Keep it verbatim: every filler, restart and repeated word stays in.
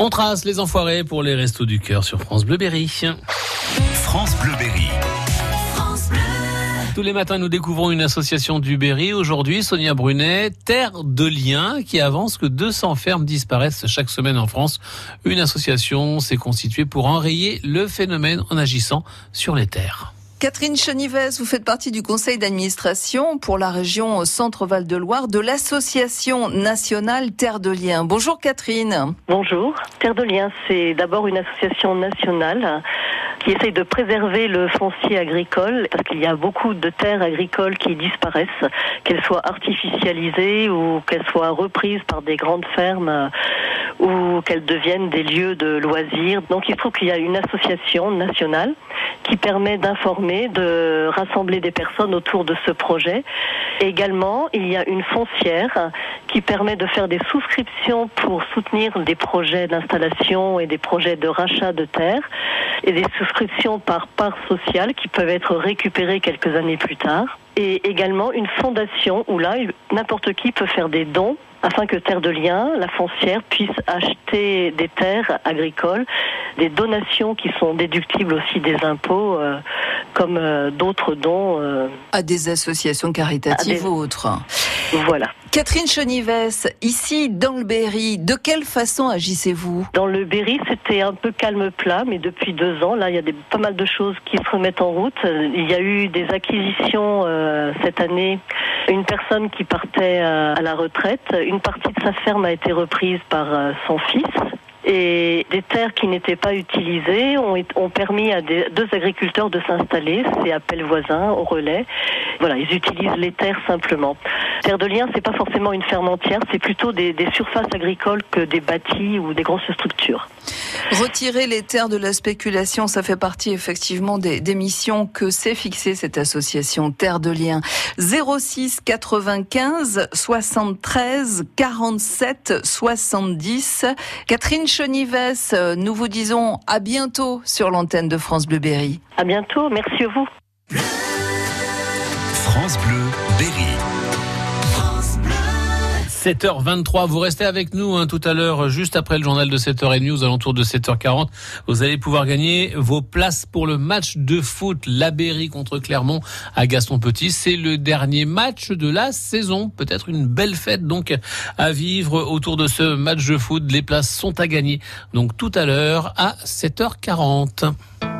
On trace les enfoirés pour les Restos du Cœur sur France Bleu Berry. France Bleu Berry. Tous les matins, nous découvrons une association du Berry. Aujourd'hui, Sonia Brunet, Terre de Liens, qui avance que deux cents fermes disparaissent chaque semaine en France. Une association s'est constituée pour enrayer le phénomène en agissant sur les terres. Catherine Chenivès, vous faites partie du conseil d'administration pour la région Centre-Val de Loire de l'association nationale Terre de Liens. Bonjour Catherine. Bonjour. Terre de Liens, c'est d'abord une association nationale qui essaye de préserver le foncier agricole parce qu'il y a beaucoup de terres agricoles qui disparaissent, qu'elles soient artificialisées ou qu'elles soient reprises par des grandes fermes ou qu'elles deviennent des lieux de loisirs. Donc il se trouve qu'il y a une association nationale qui permet d'informer, de rassembler des personnes autour de ce projet. Et également, il y a une foncière qui permet de faire des souscriptions pour soutenir des projets d'installation et des projets de rachat de terres et des souscriptions par part sociale qui peuvent être récupérées quelques années plus tard. Et également une fondation où là, n'importe qui peut faire des dons afin que Terre de Liens, la foncière, puisse acheter des terres agricoles, des donations qui sont déductibles aussi des impôts, euh, comme euh, d'autres dons. Euh, à des associations caritatives des... ou autres. Voilà. Catherine Chenivès, ici dans le Berry, de quelle façon agissez-vous ? Dans le Berry, c'était un peu calme plat, mais depuis deux ans, là, il y a des, pas mal de choses qui se remettent en route. Il y a eu des acquisitions euh, cette année. Une personne qui partait euh, à la retraite, une partie de sa ferme a été reprise par euh, son fils. Et des terres qui n'étaient pas utilisées ont, ont permis à des, deux agriculteurs de s'installer. C'est à Pellevoisin, au relais. Voilà, ils utilisent les terres simplement. Terre de Liens, c'est pas forcément une ferme entière, c'est plutôt des, des surfaces agricoles que des bâtis ou des grosses structures. Retirer les terres de la spéculation, ça fait partie effectivement des, des missions que s'est fixée cette association Terre de Liens. zéro six quatre-vingt-quinze soixante-treize quarante-sept soixante-dix. Catherine Chenivès, nous vous disons à bientôt sur l'antenne de France Bleu Berry. À bientôt, merci à vous. France Bleu Berry. sept heures vingt-trois, vous restez avec nous hein, tout à l'heure, juste après le journal de sept heures trente, aux alentours de sept heures quarante. Vous allez pouvoir gagner vos places pour le match de foot, la Berry contre Clermont à Gaston-Petit. C'est le dernier match de la saison. Peut-être une belle fête donc à vivre autour de ce match de foot. Les places sont à gagner. Donc tout à l'heure à sept heures quarante.